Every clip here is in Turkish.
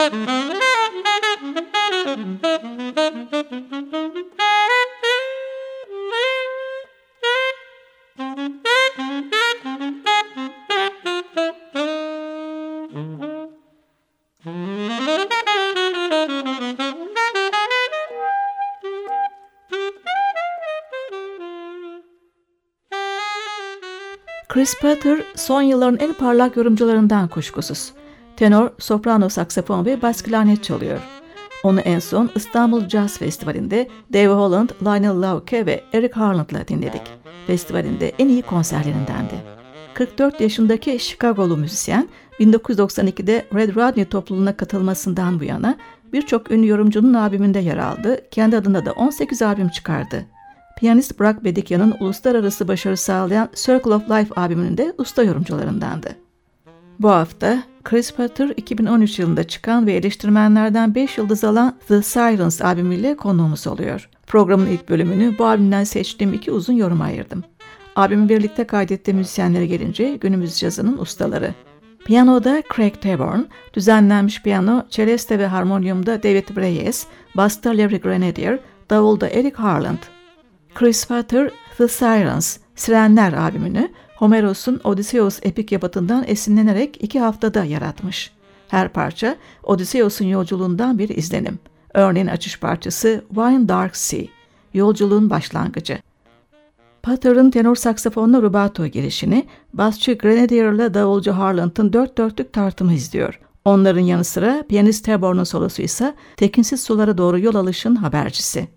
Chris Potter son yılların en parlak yorumcularından kuşkusuz. Tenor, soprano saksafon ve bas klarnet çalıyor. Onu en son İstanbul Jazz Festivali'nde Dave Holland, Lionel Lauke ve Eric Harland'la dinledik. Festivalinde en iyi konserlerindendi. 44 yaşındaki Chicago'lu müzisyen, 1992'de Red Rodney topluluğuna katılmasından bu yana birçok ünlü yorumcunun albümünde yer aldı, kendi adına da 18 albüm çıkardı. Piyanist Burak Bedikyan'ın uluslararası başarı sağlayan Circle of Life albümünün de usta yorumcularındandı. Bu hafta Chris Potter 2013 yılında çıkan ve eleştirmenlerden 5 yıldız alan The Sirens albümüyle konuğumuz oluyor. Programın ilk bölümünü bu albümden seçtiğim 2 uzun yoruma ayırdım. Albümü birlikte kaydettiği müzisyenlere gelince günümüz cazının ustaları. Piyanoda Craig Taborn, düzenlenmiş piyano, celeste ve harmonyumda David Breyes, basta Larry Grenadier, davulda Eric Harland. Chris Potter, The Sirens, Sirenler albümünü Homeros'un Odysseus epik yapıtından esinlenerek 2 haftada yaratmış. Her parça Odysseus'un yolculuğundan bir izlenim. Örneğin açış parçası Wine Dark Sea, yolculuğun başlangıcı. Potter'ın tenor saksafonla rubato girişini, basçı Grenadier'la davulcu Harland'ın 4 dörtlük tartımı izliyor. Onların yanı sıra piyanist Taborn'un solosu ise tekinsiz sulara doğru yol alışın habercisi.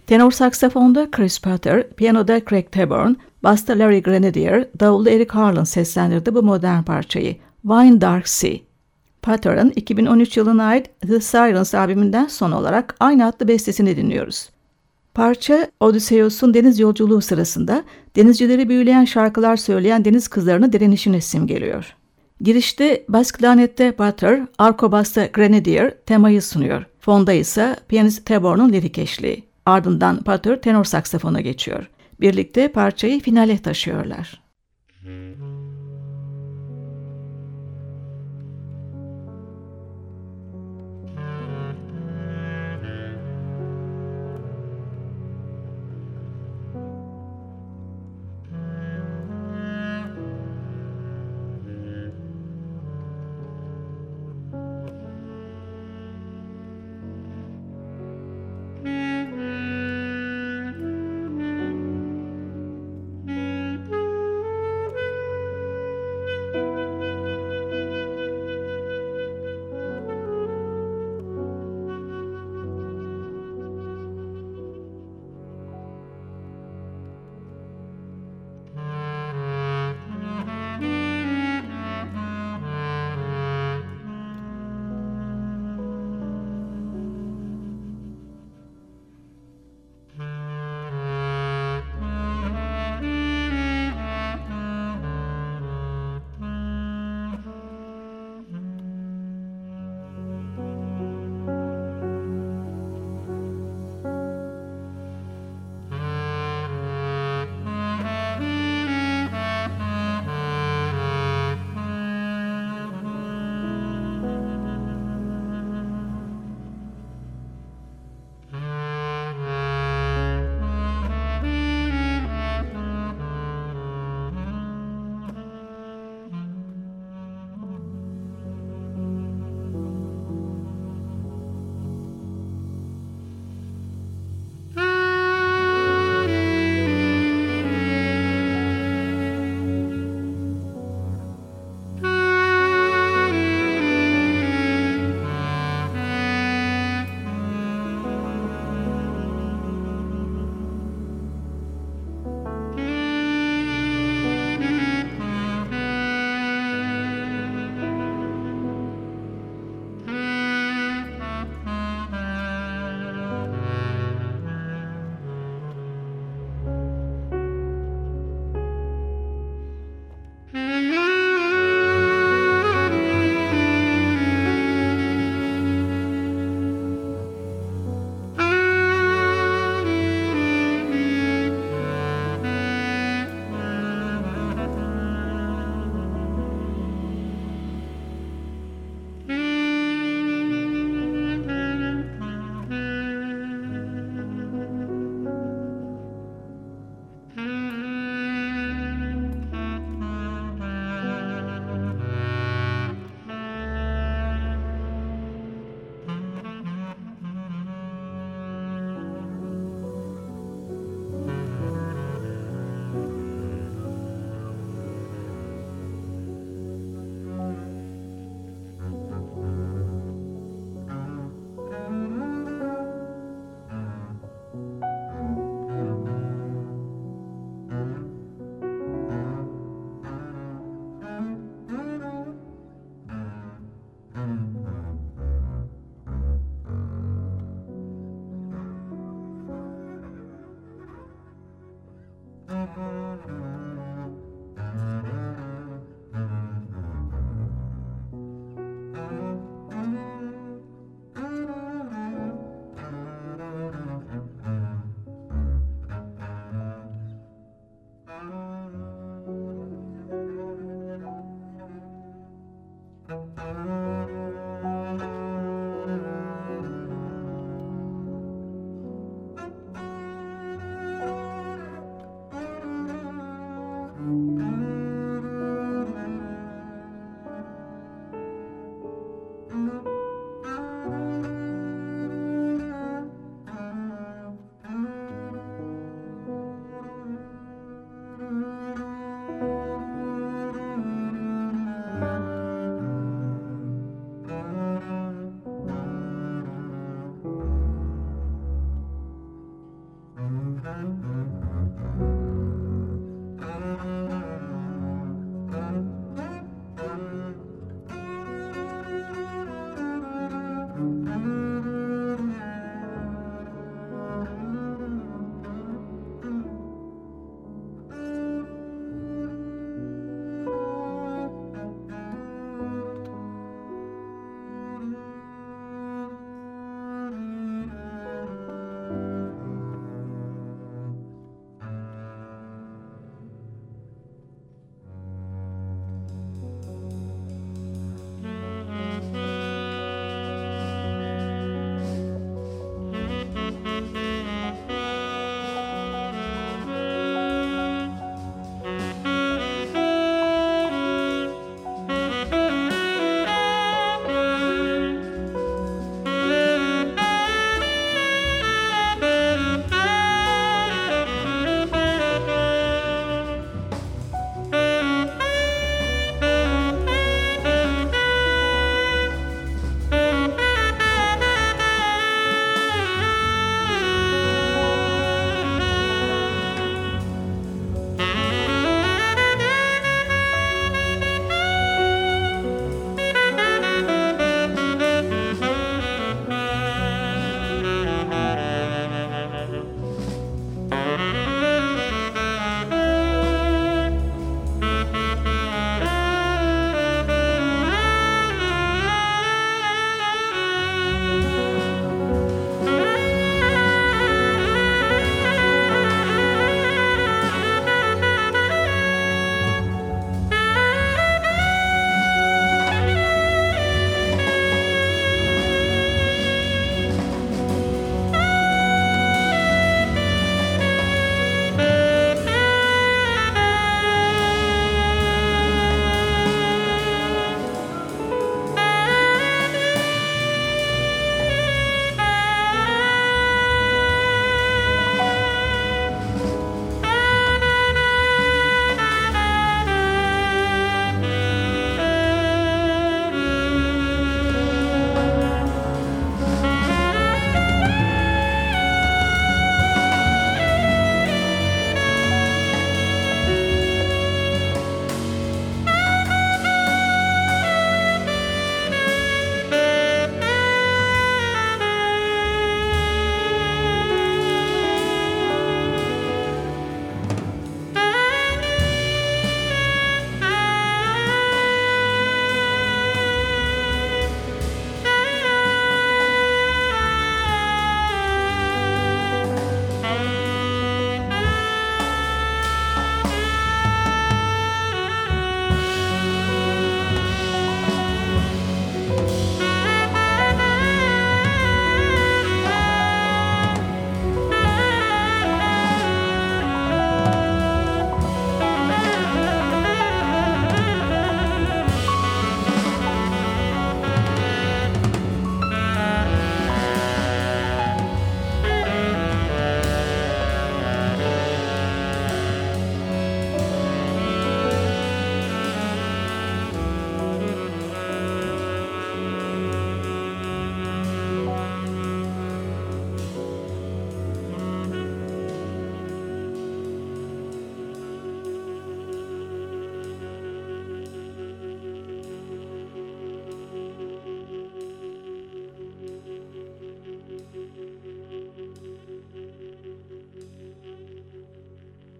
Tenor saksafonda Chris Potter, piyanoda Craig Taborn, basta Larry Grenadier, davulda Eric Harlan seslendirdi bu modern parçayı. Wine Dark Sea. Potter'ın 2013 yılına ait The Sirens albümünden son olarak aynı adlı bestesini dinliyoruz. Parça, Odysseus'un deniz yolculuğu sırasında denizcileri büyüleyen şarkılar söyleyen deniz kızlarını direnişine simgeliyor. Girişte bas klarnette Potter, arko basta Grenadier temayı sunuyor. Fonda ise piyanist Taborn'un lirik eşliği. Ardından Potter tenor saksafona geçiyor. Birlikte parçayı finale taşıyorlar.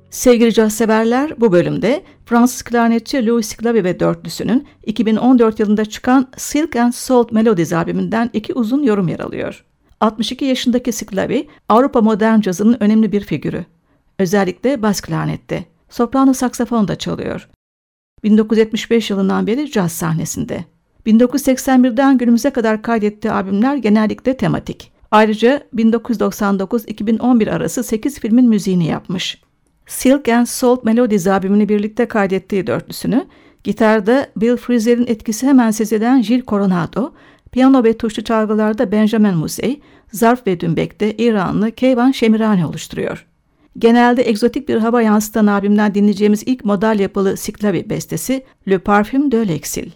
Sevgili caz severler, bu bölümde Fransız klarnetçi Louis Sclavi ve dörtlüsünün 2014 yılında çıkan Silk and Salt Melodies albümünden iki uzun yorum yer alıyor. 62 yaşındaki Sclavi, Avrupa modern cazının önemli bir figürü. Özellikle bas klarnette. Soprano saksafon da çalıyor. 1975 yılından beri caz sahnesinde. 1981'den günümüze kadar kaydettiği albümler genellikle tematik. Ayrıca 1999-2011 arası 8 filmin müziğini yapmış. Silk and Salt Melodies albümünü birlikte kaydettiği dörtlüsünü, gitarda Bill Frisell'in etkisi hemen sezilen Gil Coronado, piyano ve tuşlu çalgılarda Benjamin Musey, zarf ve dümbekte İranlı Keyvan Şemirani oluşturuyor. Genelde egzotik bir hava yansıtan albümden dinleyeceğimiz ilk modal yapılı Sclavi bestesi Le Parfum de l'Exil.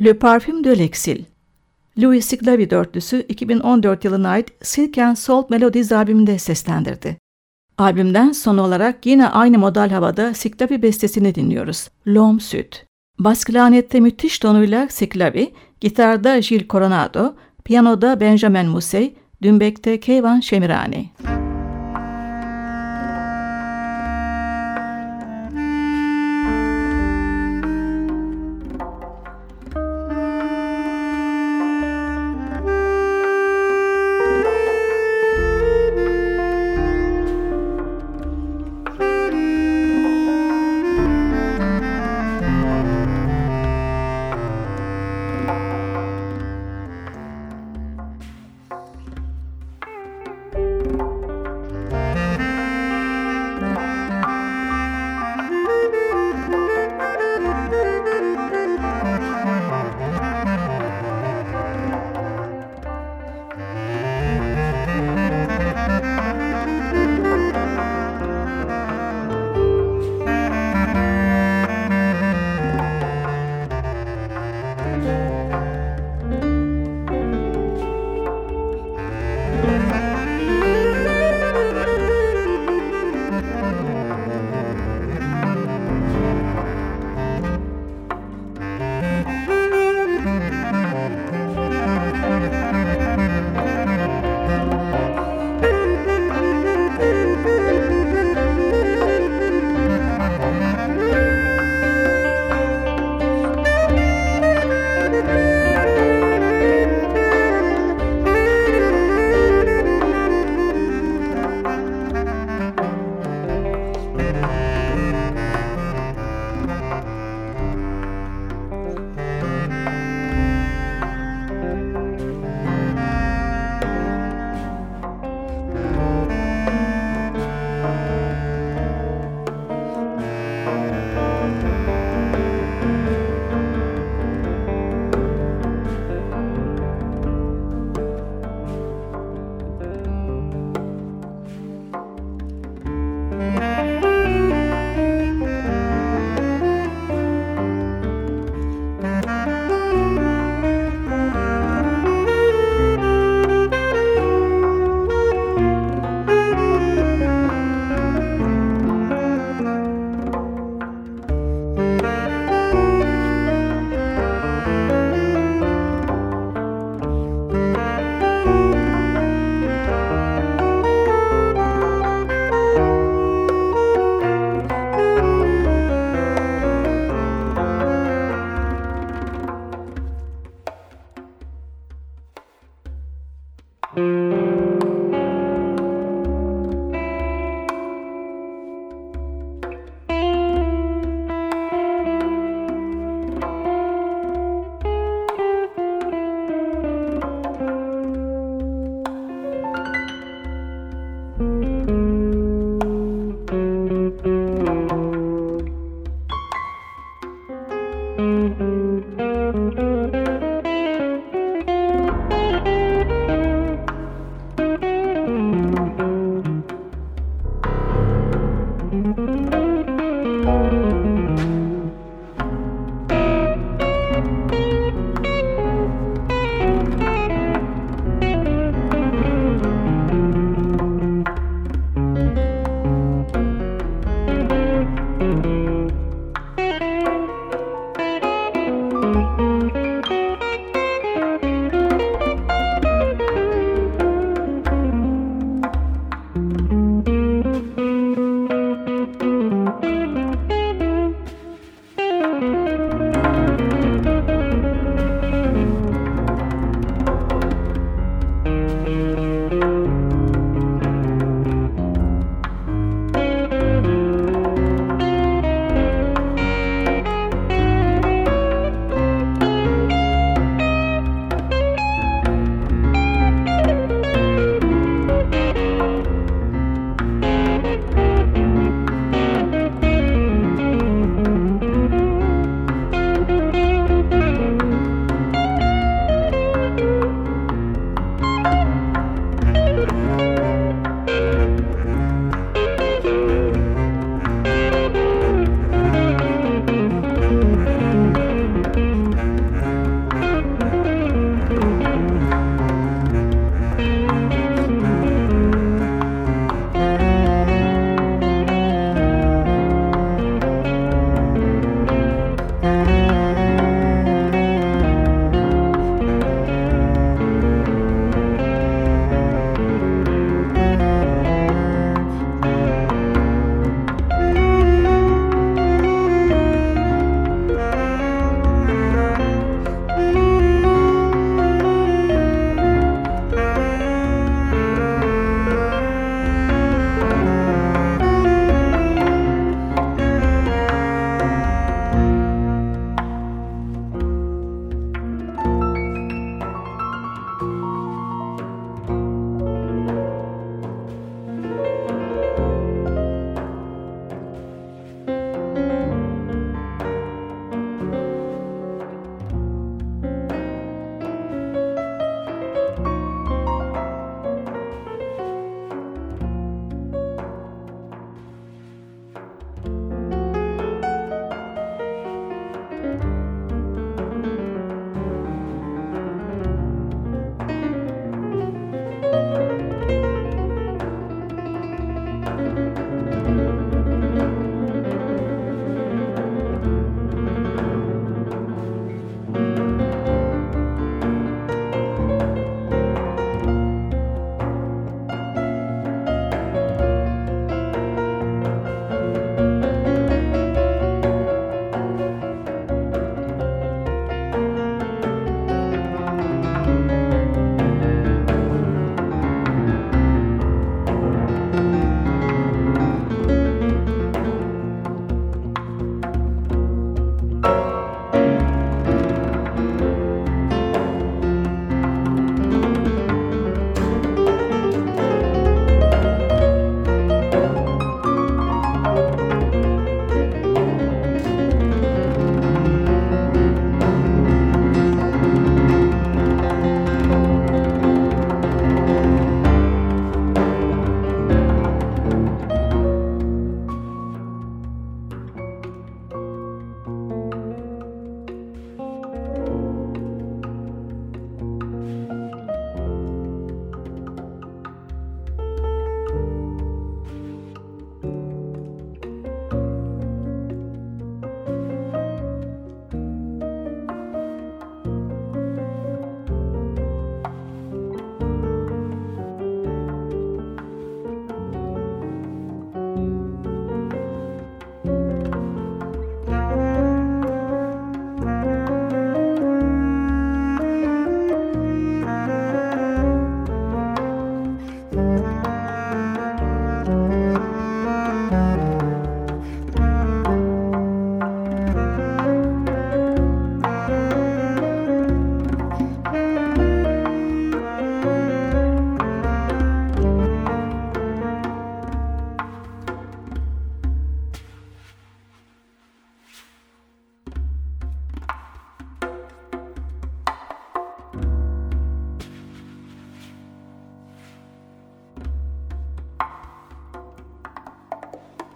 Le Parfum de l'Exil. Louis Siglavi dörtlüsü 2014 yılına ait Silk and Salt Melodies albümünde seslendirdi. Albümden son olarak yine aynı modal havada Siglavi bestesini dinliyoruz. L'Homme Sud. Bas klarnette müthiş tonuyla Siglavi, gitarda Gilles Coronado, piyanoda Benjamin Musset, dümbekte Keyvan Şemirani.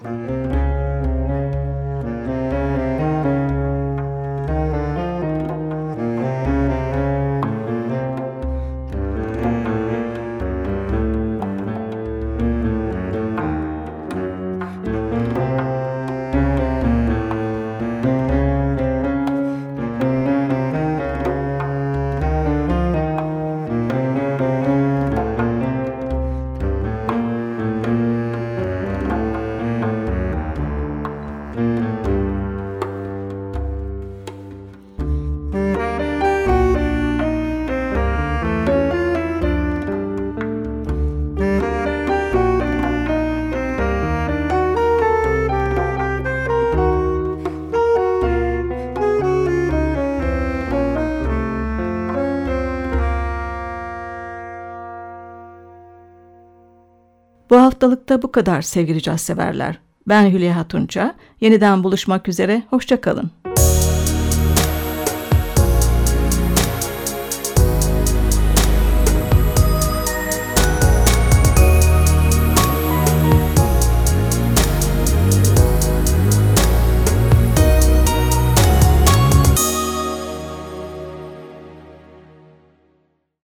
Bu haftalıkta bu kadar sevgili caz severler. Ben Hülya Hatunça. Yeniden buluşmak üzere. Hoşça kalın.